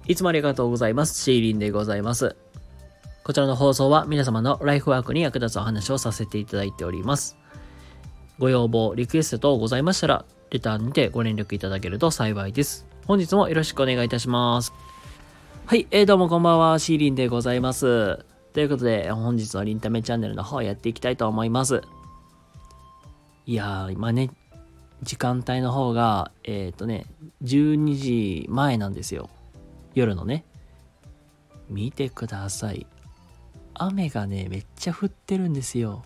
いつもありがとうございます。シーリンでございます。こちらの放送は皆様のライフワークに役立つお話をさせていただいております。ご要望、リクエスト等ございましたら、レターにてご連絡いただけると幸いです。本日もよろしくお願いいたします。はい、どうもこんばんは、シーリンでございます。ということで、本日のリンタメチャンネルの方やっていきたいと思います。いやー、今ね、時間帯の方が、12時前なんですよ。夜のね。見てください。雨がね、めっちゃ降ってるんですよ。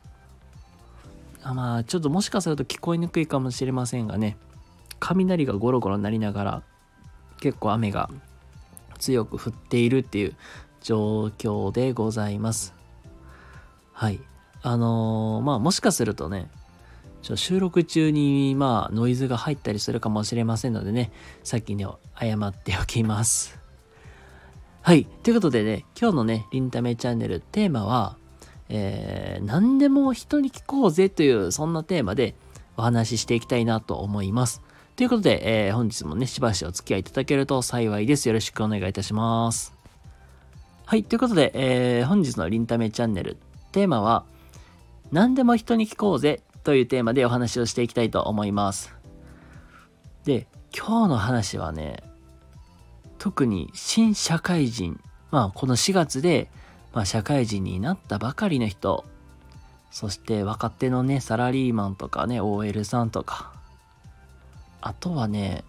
まあ、ちょっともしかすると聞こえにくいかもしれませんがね、雷がゴロゴロ鳴りながら、結構雨が強く降っているっていう状況でございます。はい。もしかするとね、収録中にノイズが入ったりするかもしれませんのでね、先に謝っておきます。はい。ということでね、今日のね、リンタメチャンネルテーマは、何でも人に聞こうぜという、そんなテーマでお話ししていきたいなと思います。ということで、本日もね、しばしお付き合いいただけると幸いです。よろしくお願いいたします。はい。ということで、本日のリンタメチャンネルテーマは、何でも人に聞こうぜというテーマでお話をしていきたいと思います。で、今日の話はね、特に新社会人、この4月で、社会人になったばかりの人、そして若手のね、サラリーマンとかね、OL さんとか、あとはね、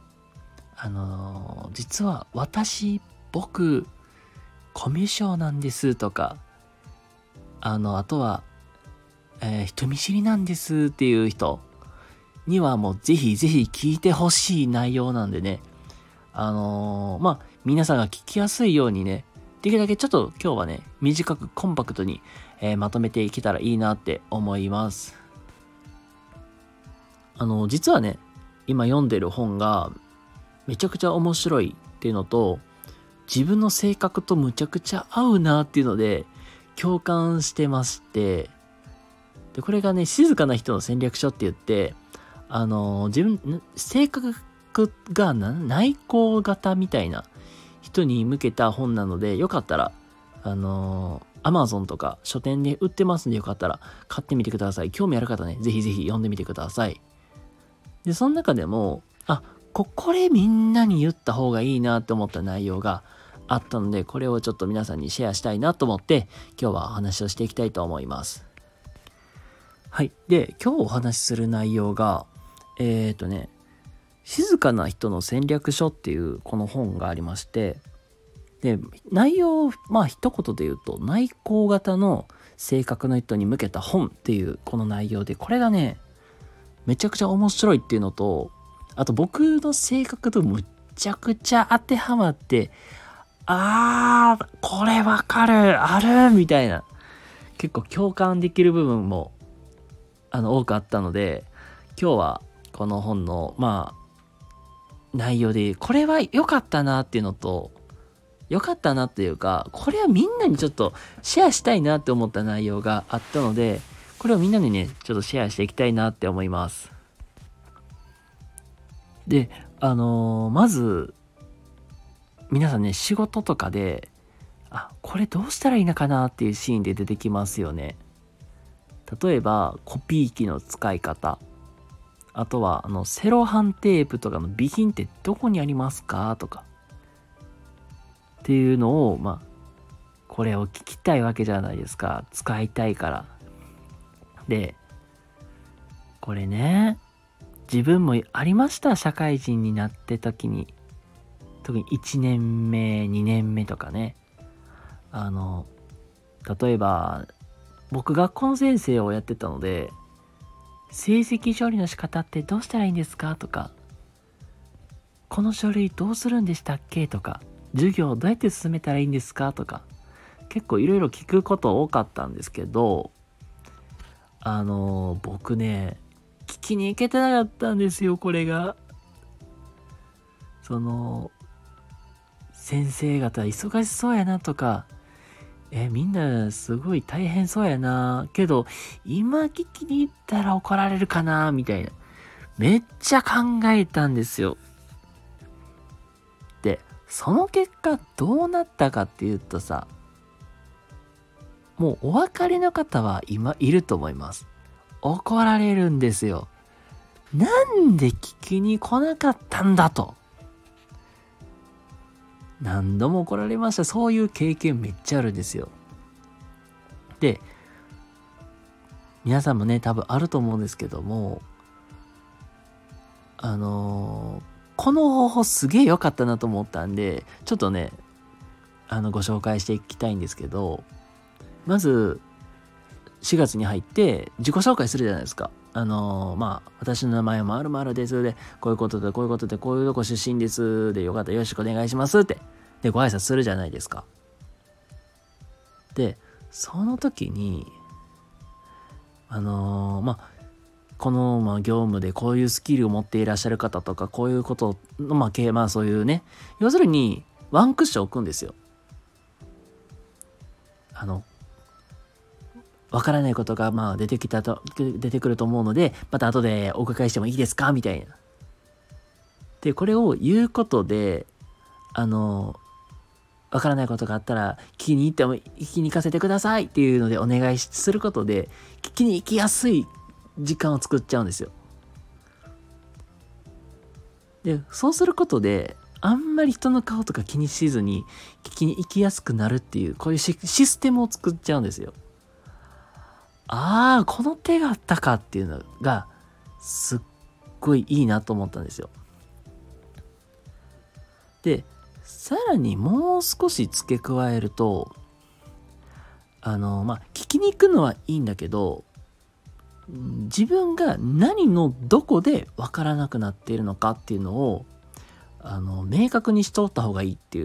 実は僕、コミュ障なんですとか、あとは、人見知りなんですっていう人にはもうぜひぜひ聞いてほしい内容なんでね、皆さんが聞きやすいようにね、できるだけちょっと今日はね、短くコンパクトに、まとめていけたらいいなって思います。実はね、今読んでる本がめちゃくちゃ面白いっていうのと、自分の性格とむちゃくちゃ合うなっていうので共感してまして、でこれがね、静かな人の戦略書って言って、性格が内向型みたいな人に向けた本なので、よかったらAmazon とか書店で売ってますんで、よかったら買ってみてください。興味ある方ね、ぜひぜひ読んでみてください。でその中でもこれみんなに言った方がいいなって思った内容があったので、これをちょっと皆さんにシェアしたいなと思って今日はお話をしていきたいと思います。はい。で、今日お話しする内容が静かな人の戦略書っていうこの本がありまして、で内容一言で言うと、内向型の性格の人に向けた本っていうこの内容で、これがねめちゃくちゃ面白いっていうのと、あと僕の性格とむちゃくちゃ当てはまって、これわかる、あるみたいな、結構共感できる部分も多くあったので、今日はこの本の内容でこれは良かったなっていうのと、良かったなっていうか、これはみんなにちょっとシェアしたいなって思った内容があったので、これをみんなにねちょっとシェアしていきたいなって思います。でまず皆さんね、仕事とかでこれどうしたらいいのかなっていうシーンで出てきますよね。例えばコピー機の使い方、あとはセロハンテープとかの備品ってどこにありますかとかっていうのをこれを聞きたいわけじゃないですか。使いたいから。でこれね、自分もありました。社会人になって時に、特に1年目2年目とかね、例えば僕学校の先生をやってたので、成績処理の仕方ってどうしたらいいんですかとか、この書類どうするんでしたっけとか、授業どうやって進めたらいいんですかとか、結構いろいろ聞くこと多かったんですけど、僕ね聞きに行けてなかったんですよ。これが先生方忙しそうやなとか、みんなすごい大変そうやな、けど今聞きに行ったら怒られるかなみたいな、めっちゃ考えたんですよ。でその結果どうなったかっていうとさ、もうお別れの方は今いると思います。怒られるんですよ。なんで聞きに来なかったんだと。何度も怒られました。そういう経験めっちゃあるんですよ。で、皆さんもね、多分あると思うんですけども、この方法すげえ良かったなと思ったんで、ちょっとね、ご紹介していきたいんですけど、まず、4月に入って自己紹介するじゃないですか。私の名前は〇〇です。で、こういうことで、こういうことで、こういうとこ出身です。で、よかったらよろしくお願いしますって。で、ご挨拶するじゃないですか。で、その時に、この、業務でこういうスキルを持っていらっしゃる方とか、こういうことの、そういうね、要するに、ワンクッション置くんですよ。わからないことが出てくると思うので、また後でお伺いしてもいいですかみたいな。で、これを言うことで、わからないことがあったら、聞きに行かせてくださいっていうのでお願いすることで、聞きに行きやすい時間を作っちゃうんですよ。で、そうすることで、あんまり人の顔とか気にしずに聞きに行きやすくなるっていう、こういうシステムを作っちゃうんですよ。この手があったかっていうのがすっごいいいなと思ったんですよ。で、さらにもう少し付け加えると、聞きに行くのはいいんだけど、自分が何のどこで分からなくなっているのかっていうのを明確にしとった方がいいっていう。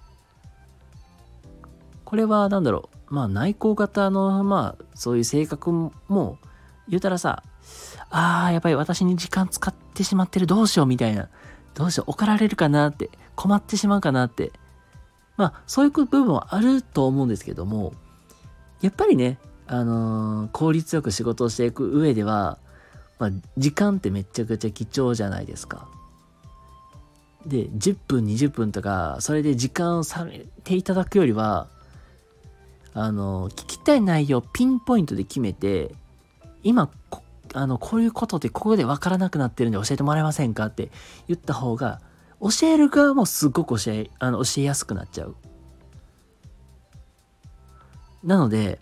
これは内向型のそういう性格も言うたらさ、やっぱり私に時間使ってしまってる、どうしようみたいな、どうしよう怒られるかなって、困ってしまうかなって、そういう部分はあると思うんですけども、やっぱりね、効率よく仕事をしていく上では、時間ってめちゃくちゃ貴重じゃないですか。で、10分20分とかそれで時間を割めていただくよりは、聞きたい内容をピンポイントで決めて、今こういうことでここで分からなくなってるんで教えてもらえませんかって言った方が、教える側もすごく教えやすくなっちゃう。なので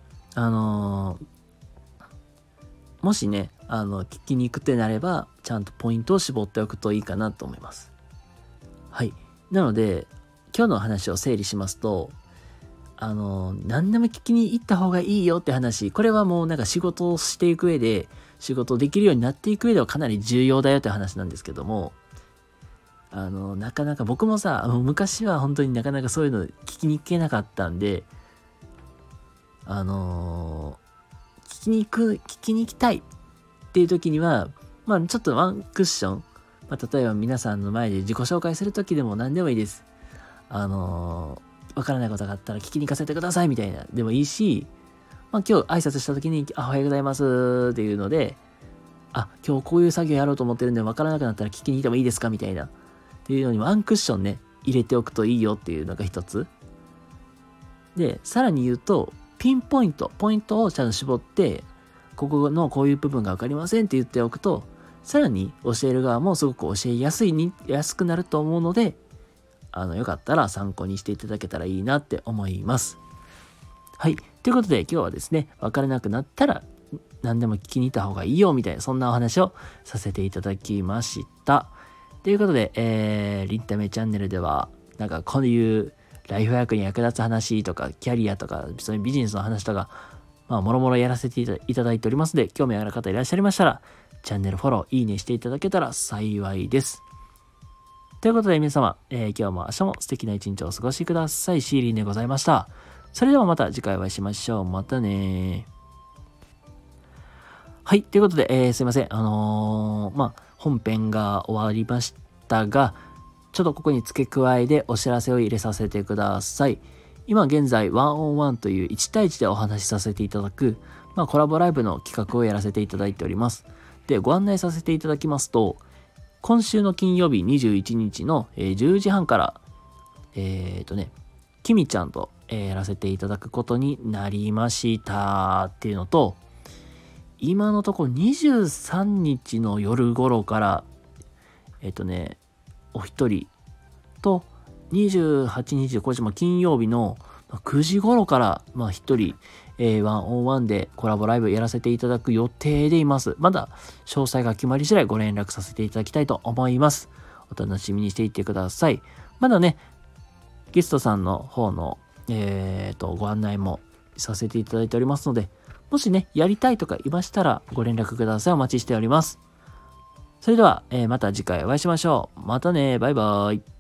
もしね聞きに行くってなれば、ちゃんとポイントを絞っておくといいかなと思います。はい。なので今日の話を整理しますと、何でも聞きに行った方がいいよって話、これはもう仕事をしていく上で、仕事できるようになっていく上ではかなり重要だよって話なんですけども、なかなか僕もさ、昔は本当になかなかそういうの聞きに行けなかったんで、聞きに行きたいっていう時には、ちょっとワンクッション、例えば皆さんの前で自己紹介する時でも何でもいいです。わからないことがあったら聞きに行かせてくださいみたいなでもいいし、今日挨拶した時におはようございますっていうので、今日こういう作業やろうと思ってるんでわからなくなったら聞きに行ってもいいですかみたいなっていうのにワンクッションね入れておくといいよっていうのが一つで、さらに言うとポイントをちゃんと絞って、ここのこういう部分がわかりませんって言っておくと、さらに教える側もすごく教えやすくなると思うので、よかったら参考にしていただけたらいいなって思います。はい。ということで今日はですね、分からなくなったら何でも聞きに行った方がいいよみたいな、そんなお話をさせていただきました。ということで、りんためチャンネルでは、こういうライフワークに役立つ話とか、キャリアとか、そういうビジネスの話とか、もろもろやらせていただいておりますので、興味ある方いらっしゃいましたら、チャンネルフォロー、いいねしていただけたら幸いです。ということで皆様、今日も明日も素敵な一日をお過ごしください。シーリンでございました。それではまた次回お会いしましょう。またね。はい。ということで、すいません。本編が終わりましたが、ちょっとここに付け加えでお知らせを入れさせてください。今現在、1on1という1対1でお話しさせていただく、コラボライブの企画をやらせていただいております。で、ご案内させていただきますと、今週の金曜日21日の10時半からきみちゃんと、やらせていただくことになりましたっていうのと、今のところ23日の夜頃から、お一人と、28、29、金曜日の9時頃から、一人、ワンオンワンでコラボライブやらせていただく予定でいます。まだ詳細が決まり次第ご連絡させていただきたいと思います。お楽しみにしていてください。まだね、ゲストさんの方の、ご案内もさせていただいておりますので、もしね、やりたいとかいましたらご連絡ください。お待ちしております。それでは、また次回お会いしましょう。またね、バイバイ。